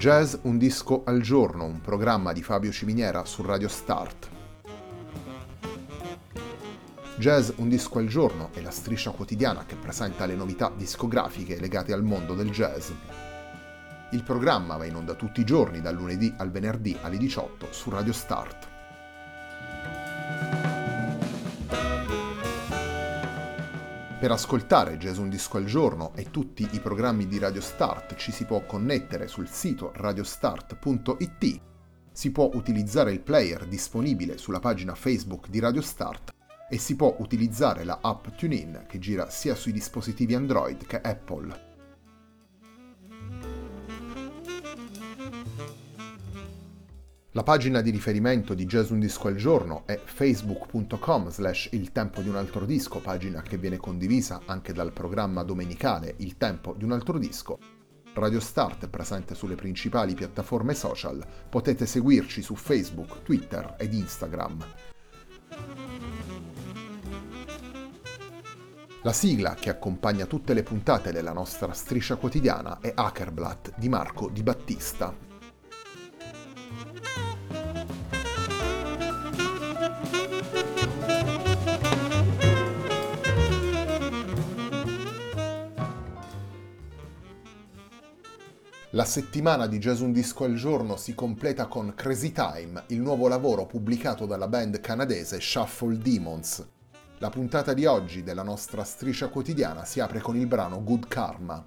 Jazz un disco al giorno, un programma di Fabio Ciminiera su Radio Start. Jazz un disco al giorno è la striscia quotidiana che presenta le novità discografiche legate al mondo del jazz. Il programma va in onda tutti i giorni dal lunedì al venerdì alle 18 su Radio Start. Per ascoltare Jazz un disco al giorno e tutti i programmi di Radio Start ci si può connettere sul sito radiostart.it, si può utilizzare il player disponibile sulla pagina Facebook di Radio Start e si può utilizzare la app TuneIn che gira sia sui dispositivi Android che Apple. La pagina di riferimento di Jazz un disco al giorno è facebook.com/Il tempo di un altro disco, pagina che viene condivisa anche dal programma domenicale Il tempo di un altro disco. Radio Start è presente sulle principali piattaforme social, potete seguirci su Facebook, Twitter ed Instagram. La sigla che accompagna tutte le puntate della nostra striscia quotidiana è Hackerblatt di Marco Di Battista. La settimana di Jazz un disco al giorno si completa con Crazy Time, il nuovo lavoro pubblicato dalla band canadese Shuffle Demons. La puntata di oggi della nostra striscia quotidiana si apre con il brano Good Karma.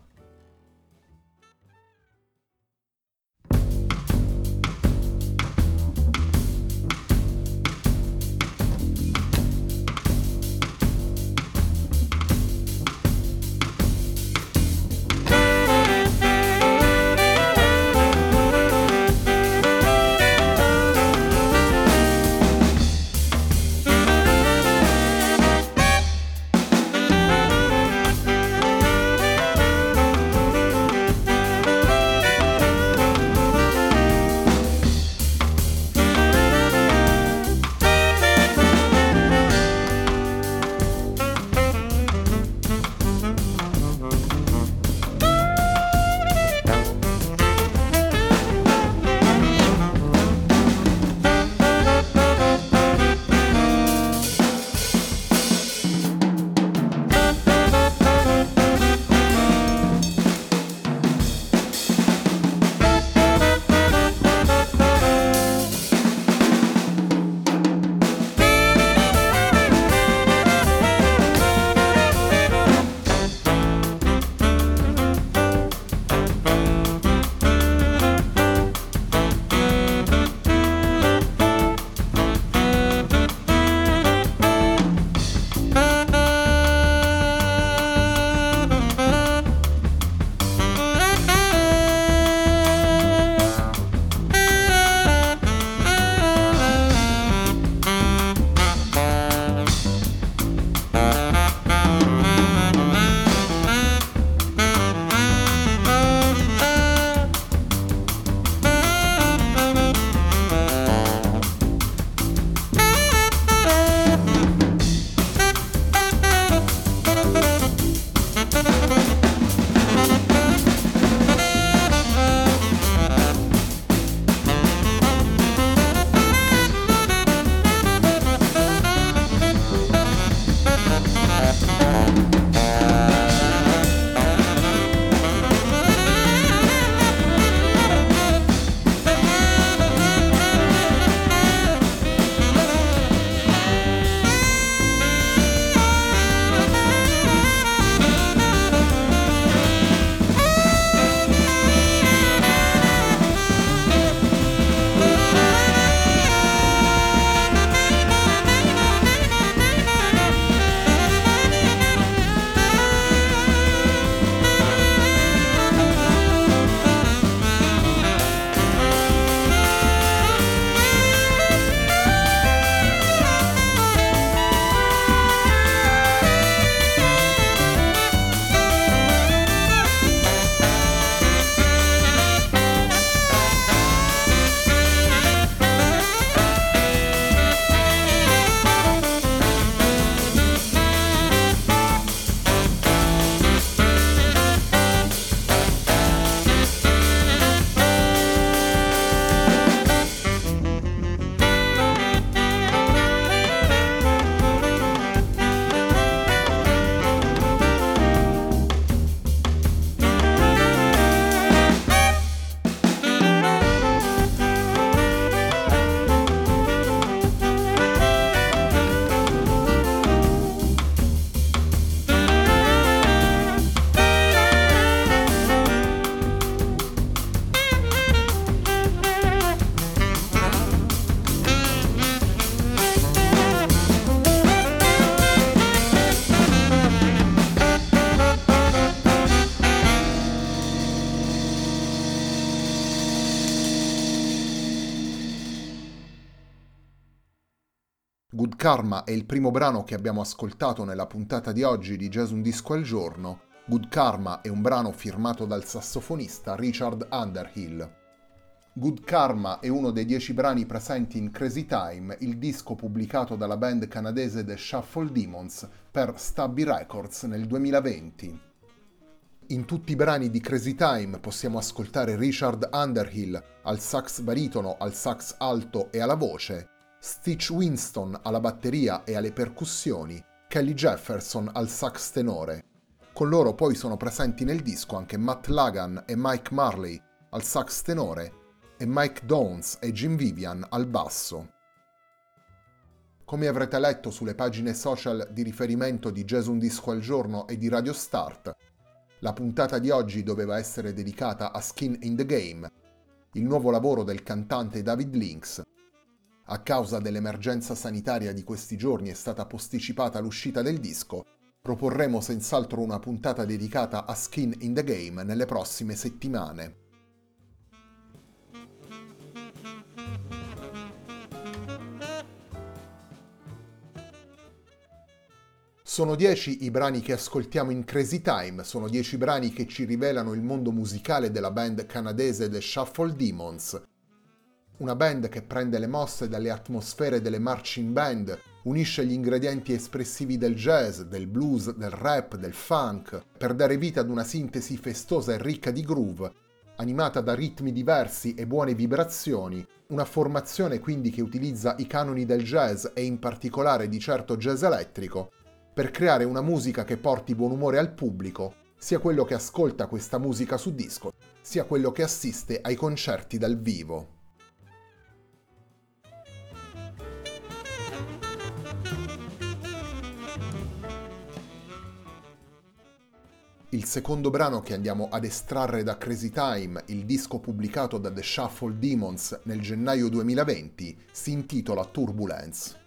Good Karma è il primo brano che abbiamo ascoltato nella puntata di oggi di Jazz Un Disco al Giorno. Good Karma è un brano firmato dal sassofonista Richard Underhill. Good Karma è uno dei 10 brani presenti in Crazy Time, il disco pubblicato dalla band canadese The Shuffle Demons per Stubby Records nel 2020. In tutti i brani di Crazy Time possiamo ascoltare Richard Underhill al sax baritono, al sax alto e alla voce, Stitch Winston alla batteria e alle percussioni, Kelly Jefferson al sax tenore. Con loro poi sono presenti nel disco anche Matt Lagan e Mike Marley al sax tenore e Mike Downs e Jim Vivian al basso. Come avrete letto sulle pagine social di riferimento di Jazz Un Disco al Giorno e di Radio Start, la puntata di oggi doveva essere dedicata a Skin in the Game, il nuovo lavoro del cantante David Lynx. A causa dell'emergenza sanitaria di questi giorni è stata posticipata l'uscita del disco. Proporremo senz'altro una puntata dedicata a Skin in the Game nelle prossime settimane. Sono 10 i brani che ascoltiamo in Crazy Time, sono 10 brani che ci rivelano il mondo musicale della band canadese The Shuffle Demons. Una band che prende le mosse dalle atmosfere delle marching band, unisce gli ingredienti espressivi del jazz, del blues, del rap, del funk, per dare vita ad una sintesi festosa e ricca di groove, animata da ritmi diversi e buone vibrazioni, una formazione quindi che utilizza i canoni del jazz e in particolare di certo jazz elettrico, per creare una musica che porti buon umore al pubblico, sia quello che ascolta questa musica su disco, sia quello che assiste ai concerti dal vivo. Il secondo brano che andiamo ad estrarre da Crazy Time, il disco pubblicato da The Shuffle Demons nel gennaio 2020, si intitola Turbulence.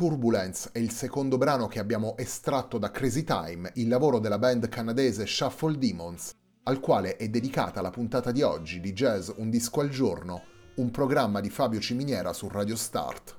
Turbulence è il secondo brano che abbiamo estratto da Crazy Time, il lavoro della band canadese Shuffle Demons, al quale è dedicata la puntata di oggi di Jazz Un Disco al Giorno, un programma di Fabio Ciminiera su Radio Start.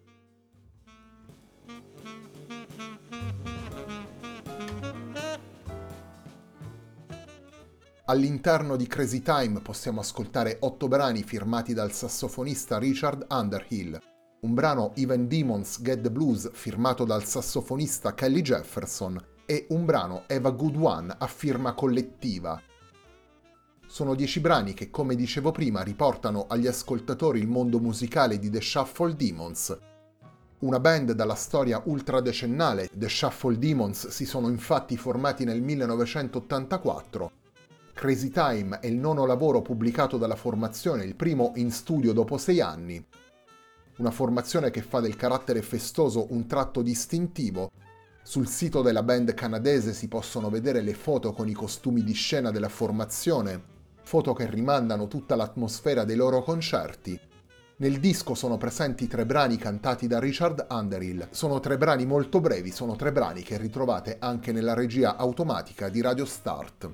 All'interno di Crazy Time possiamo ascoltare 8 brani firmati dal sassofonista Richard Underhill, un brano Even Demons Get the Blues firmato dal sassofonista Kelly Jefferson e un brano Eva Good One a firma collettiva. Sono 10 brani che, come dicevo prima, riportano agli ascoltatori il mondo musicale di The Shuffle Demons. Una band dalla storia ultradecennale, The Shuffle Demons si sono infatti formati nel 1984. Crazy Time è il nono lavoro pubblicato dalla formazione, il primo in studio dopo 6 anni. Una formazione che fa del carattere festoso un tratto distintivo. Sul sito della band canadese si possono vedere le foto con i costumi di scena della formazione, foto che rimandano tutta l'atmosfera dei loro concerti. Nel disco sono presenti 3 brani cantati da Richard Underhill. Sono 3 brani molto brevi, sono 3 brani che ritrovate anche nella regia automatica di Radio Start.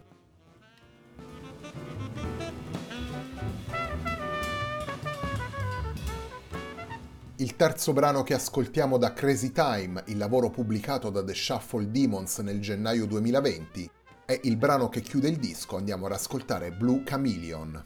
Il terzo brano che ascoltiamo da Crazy Time, il lavoro pubblicato da The Shuffle Demons nel gennaio 2020, è il brano che chiude il disco. Andiamo ad ascoltare Blue Chameleon.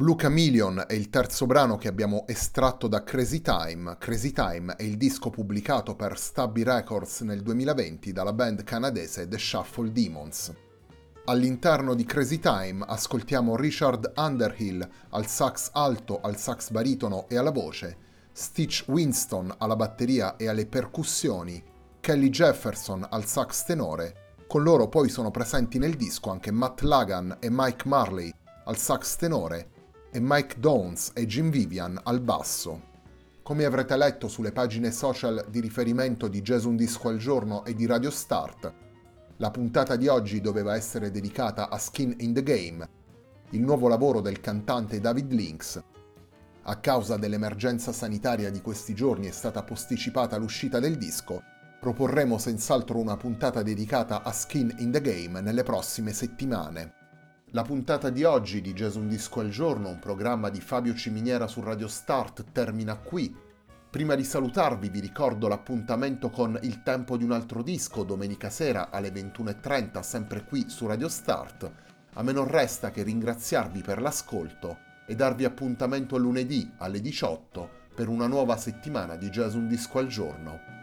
Blue Chameleon è il terzo brano che abbiamo estratto da Crazy Time. Crazy Time è il disco pubblicato per Stubby Records nel 2020 dalla band canadese The Shuffle Demons. All'interno di Crazy Time ascoltiamo Richard Underhill al sax alto, al sax baritono e alla voce, Stitch Winston alla batteria e alle percussioni, Kelly Jefferson al sax tenore. Con loro poi sono presenti nel disco anche Matt Lagan e Mike Marley al sax tenore e Mike Downs e Jim Vivian al basso. Come avrete letto sulle pagine social di riferimento di Jazz Un Disco al Giorno e di Radio Start, la puntata di oggi doveva essere dedicata a Skin in the Game, il nuovo lavoro del cantante David Lynx. A causa dell'emergenza sanitaria di questi giorni è stata posticipata l'uscita del disco. Proporremo senz'altro una puntata dedicata a Skin in the Game nelle prossime settimane. La puntata di oggi di Jazz Un Disco al Giorno, un programma di Fabio Ciminiera su Radio Start, termina qui. Prima di salutarvi vi ricordo l'appuntamento con Il tempo di un altro disco domenica sera alle 21:30 sempre qui su Radio Start. A me non resta che ringraziarvi per l'ascolto e darvi appuntamento lunedì alle 18 per una nuova settimana di Jazz Un Disco al Giorno.